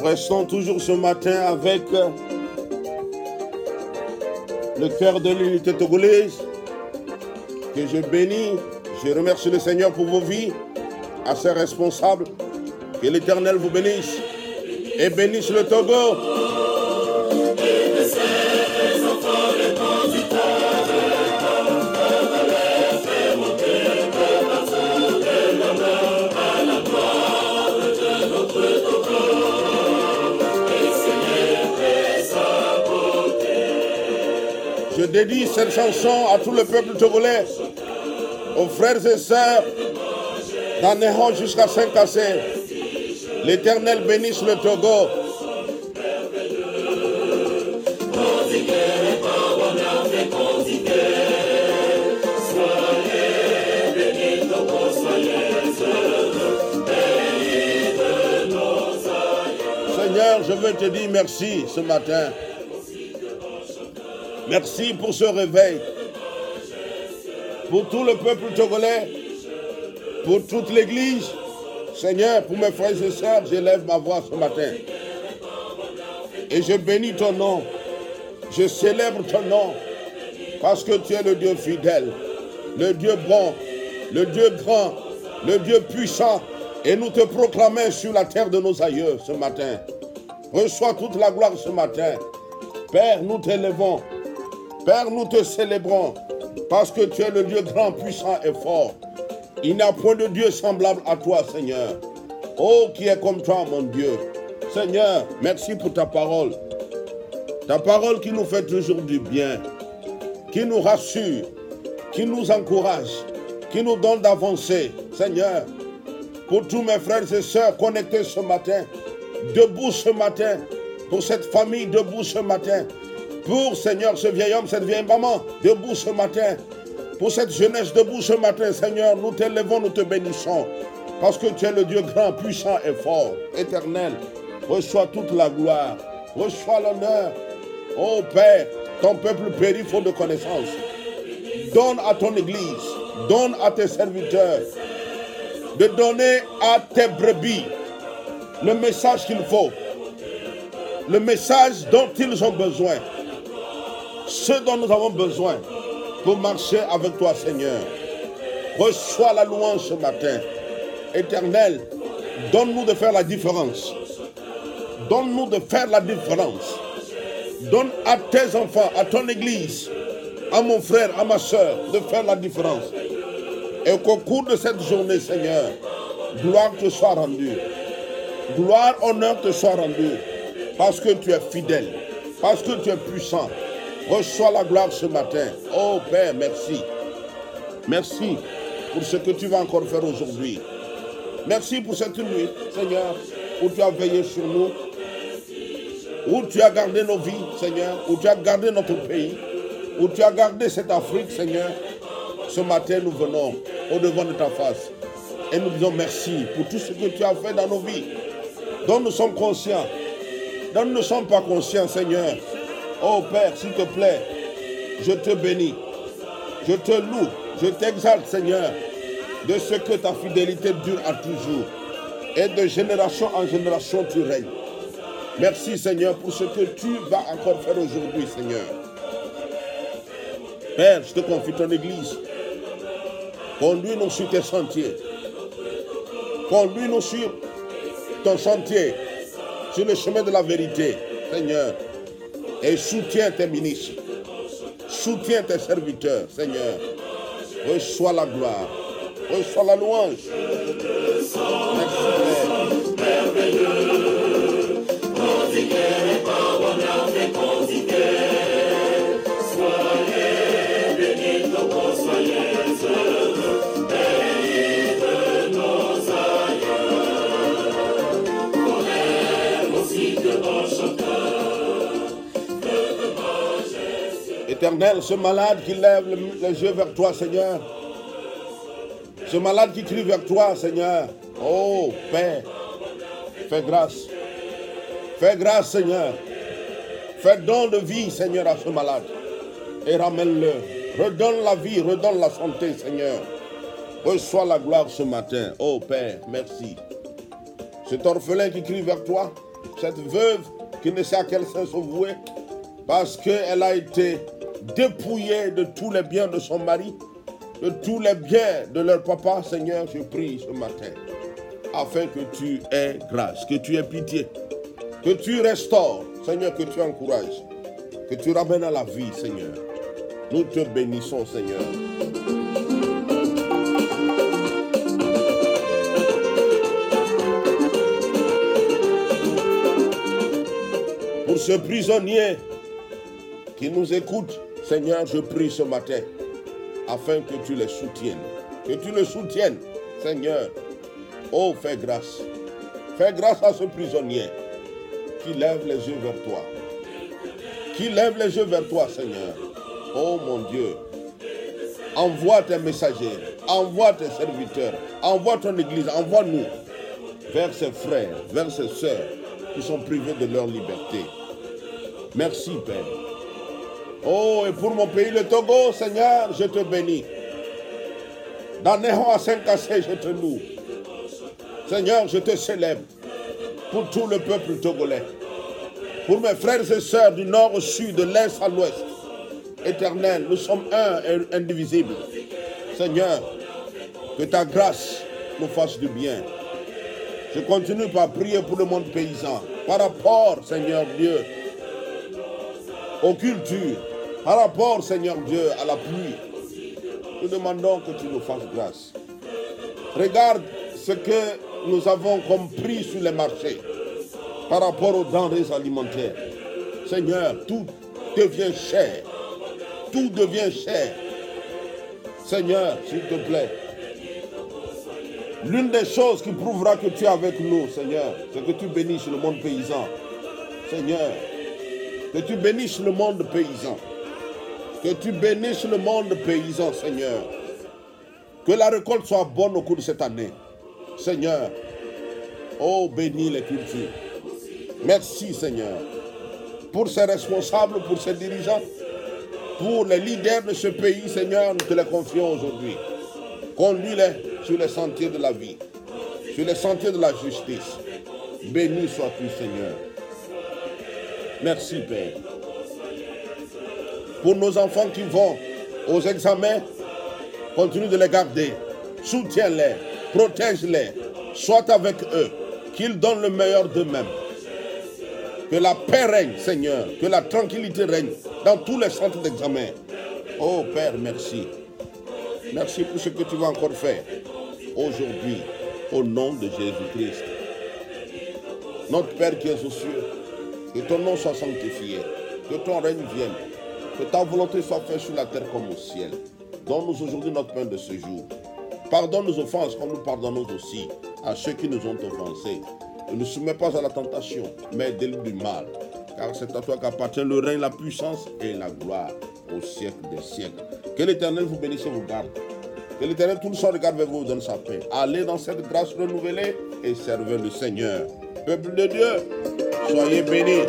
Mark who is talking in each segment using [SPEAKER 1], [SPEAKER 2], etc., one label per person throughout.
[SPEAKER 1] restons toujours ce matin avec le cœur de l'unité togolaise que je bénis. Je remercie le Seigneur pour vos vies, à ses responsables. Que l'Éternel vous bénisse et bénisse le Togo. Je dédie cette chanson à tout le peuple togolais, aux frères et sœurs d'Anéhon jusqu'à Saint-Cassé. L'Éternel bénisse le Togo. Seigneur, je veux te dire merci ce matin. Merci pour ce réveil, pour tout le peuple togolais, pour toute l'Église. Seigneur, pour mes frères et sœurs, j'élève ma voix ce matin. Et je bénis ton nom, je célèbre ton nom, parce que tu es le Dieu fidèle, le Dieu bon, le Dieu grand, le Dieu puissant. Et nous te proclamons sur la terre de nos aïeux ce matin. Reçois toute la gloire ce matin. Père, nous t'élevons. Père, nous te célébrons parce que tu es le Dieu grand, puissant et fort. Il n'y a point de Dieu semblable à toi, Seigneur. Oh, qui est comme toi, mon Dieu. Seigneur, merci pour ta parole. Ta parole qui nous fait toujours du bien, qui nous rassure, qui nous encourage, qui nous donne d'avancer. Seigneur, pour tous mes frères et sœurs connectés ce matin, debout ce matin, pour cette famille debout ce matin, pour, Seigneur, ce vieil homme, cette vieille maman, debout ce matin. Pour cette jeunesse debout ce matin, Seigneur, nous t'élevons, nous te bénissons. Parce que tu es le Dieu grand, puissant et fort, éternel. Reçois toute la gloire, reçois l'honneur. Ô Père, ton peuple périt faute de connaissance. Donne à ton Église, donne à tes serviteurs, de donner à tes brebis le message qu'il faut, le message dont ils ont besoin. Ce dont nous avons besoin pour marcher avec toi, Seigneur. Reçois la louange ce matin. Éternel, donne-nous de faire la différence. Donne-nous de faire la différence. Donne à tes enfants, à ton Église, à mon frère, à ma soeur, de faire la différence. Et qu'au cours de cette journée, Seigneur, gloire te soit rendue. Gloire, honneur te soit rendue. Parce que tu es fidèle. Parce que tu es puissant. Reçois la gloire ce matin. Oh Père, merci. Merci pour ce que tu vas encore faire aujourd'hui. Merci pour cette nuit, Seigneur, où tu as veillé sur nous, où tu as gardé nos vies, Seigneur, où tu as gardé notre pays, où tu as gardé cette Afrique, Seigneur. Ce matin, nous venons au-devant de ta face et nous disons merci pour tout ce que tu as fait dans nos vies, dont nous sommes conscients, dont nous ne sommes pas conscients, Seigneur. Oh Père, s'il te plaît, je te bénis, je te loue, je t'exalte, Seigneur, de ce que ta fidélité dure à toujours. Et de génération en génération, tu règnes. Merci, Seigneur, pour ce que tu vas encore faire aujourd'hui, Seigneur. Père, je te confie ton Église. Conduis-nous sur tes sentiers. Conduis-nous sur ton sentier, sur le chemin de la vérité, Seigneur. Et soutiens tes ministres, soutiens tes serviteurs, Seigneur. Reçois la gloire, reçois la louange. Merci, Éternel, ce malade qui lève les yeux vers toi, Seigneur. Ce malade qui crie vers toi, Seigneur. Oh, Père, fais grâce. Fais grâce, Seigneur. Fais don de vie, Seigneur, à ce malade. Et ramène-le. Redonne la vie, redonne la santé, Seigneur. Reçois la gloire ce matin. Oh Père, merci. Cet orphelin qui crie vers toi, cette veuve qui ne sait à quel sens se vouer, parce qu'elle a été dépouillée de tous les biens de son mari, de tous les biens de leur papa. Seigneur, je prie ce matin, afin que tu aies grâce, que tu aies pitié, que tu restaures, Seigneur, que tu encourages, que tu ramènes à la vie, Seigneur. Nous te bénissons, Seigneur. Pour ce prisonnier qui nous écoute, Seigneur, je prie ce matin, afin que tu les soutiennes. Que tu le soutiennes, Seigneur. Oh, fais grâce. Fais grâce à ce prisonnier qui lève les yeux vers toi. Qui lève les yeux vers toi, Seigneur. Oh mon Dieu. Envoie tes messagers. Envoie tes serviteurs. Envoie ton église. Envoie-nous vers ses frères, vers ses sœurs qui sont privés de leur liberté. Merci, Père. Oh, et pour mon pays, le Togo, Seigneur, je te bénis. Dans Néhon à Saint-Cassé, je te loue. Seigneur, je te célèbre pour tout le peuple togolais. Pour mes frères et sœurs du nord au sud, de l'est à l'ouest. Éternel, nous sommes un et indivisibles. Seigneur, que ta grâce nous fasse du bien. Je continue par prier pour le monde paysan. Par rapport, Seigneur Dieu, aux cultures. Par rapport, Seigneur Dieu, à la pluie. Nous demandons que tu nous fasses grâce. Regarde ce que nous avons comme prix sur les marchés par rapport aux denrées alimentaires. Seigneur, tout devient cher. Tout devient cher. Seigneur, s'il te plaît, l'une des choses qui prouvera que tu es avec nous, Seigneur, c'est que tu bénisses le monde paysan. Seigneur, que tu bénisses le monde paysan. Que tu bénisses le monde paysan, Seigneur. Que la récolte soit bonne au cours de cette année. Seigneur, oh, bénis les cultures. Merci, Seigneur, pour ces responsables, pour ces dirigeants, pour les leaders de ce pays, Seigneur, nous te les confions aujourd'hui. Conduis-les sur les sentiers de la vie, sur les sentiers de la justice. Béni sois-tu, Seigneur. Merci, Père. Pour nos enfants qui vont aux examens, continue de les garder. Soutiens-les, protège-les, sois avec eux, qu'ils donnent le meilleur d'eux-mêmes. Que la paix règne, Seigneur, que la tranquillité règne dans tous les centres d'examen. Oh Père, merci. Merci pour ce que tu vas encore faire aujourd'hui, au nom de Jésus-Christ. Notre Père qui es aux cieux, que ton nom soit sanctifié, que ton règne vienne, que ta volonté soit faite sur la terre comme au ciel. Donne-nous aujourd'hui notre pain de ce jour. Pardonne nos offenses comme nous pardonnons aussi à ceux qui nous ont offensés. Ne nous soumets pas à la tentation, mais délivre du mal. Car c'est à toi qu'appartient le règne, la puissance et la gloire au siècle des siècles. Que l'Éternel vous bénisse et vous garde. Que l'Éternel tout le soir regarde vers vous et vous donne sa paix. Allez dans cette grâce renouvelée et servez le Seigneur. Peuple de Dieu, soyez bénis.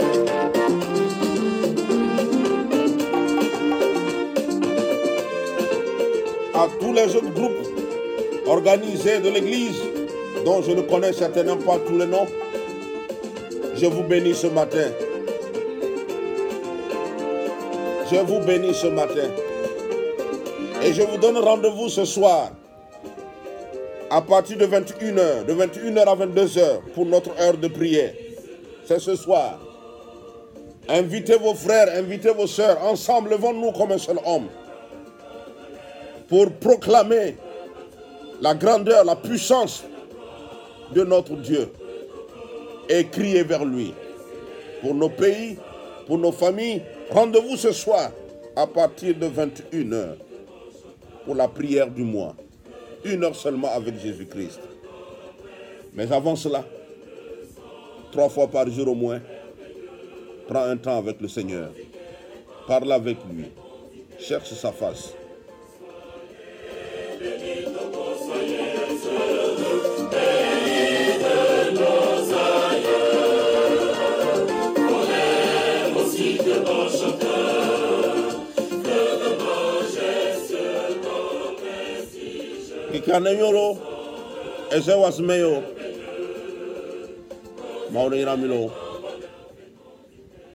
[SPEAKER 1] À tous les autres groupes organisés de l'Église, dont je ne connais certainement pas tous les noms, je vous bénis ce matin. Je vous bénis ce matin. Et je vous donne rendez-vous ce soir, à partir de 21h, de 21h à 22h, pour notre heure de prière. C'est ce soir. Invitez vos frères, invitez vos sœurs. Ensemble, levons-nous comme un seul homme, pour proclamer la grandeur, la puissance de notre Dieu et crier vers lui. Pour nos pays, pour nos familles, rendez-vous ce soir à partir de 21h pour la prière du mois. 1 heure seulement avec Jésus-Christ. Mais avant cela, 3 fois par jour au moins, prends un temps avec le Seigneur. Parle avec lui. Cherche sa face. Kikaneyoro, eze wasmeyo. Maureen Ramilo.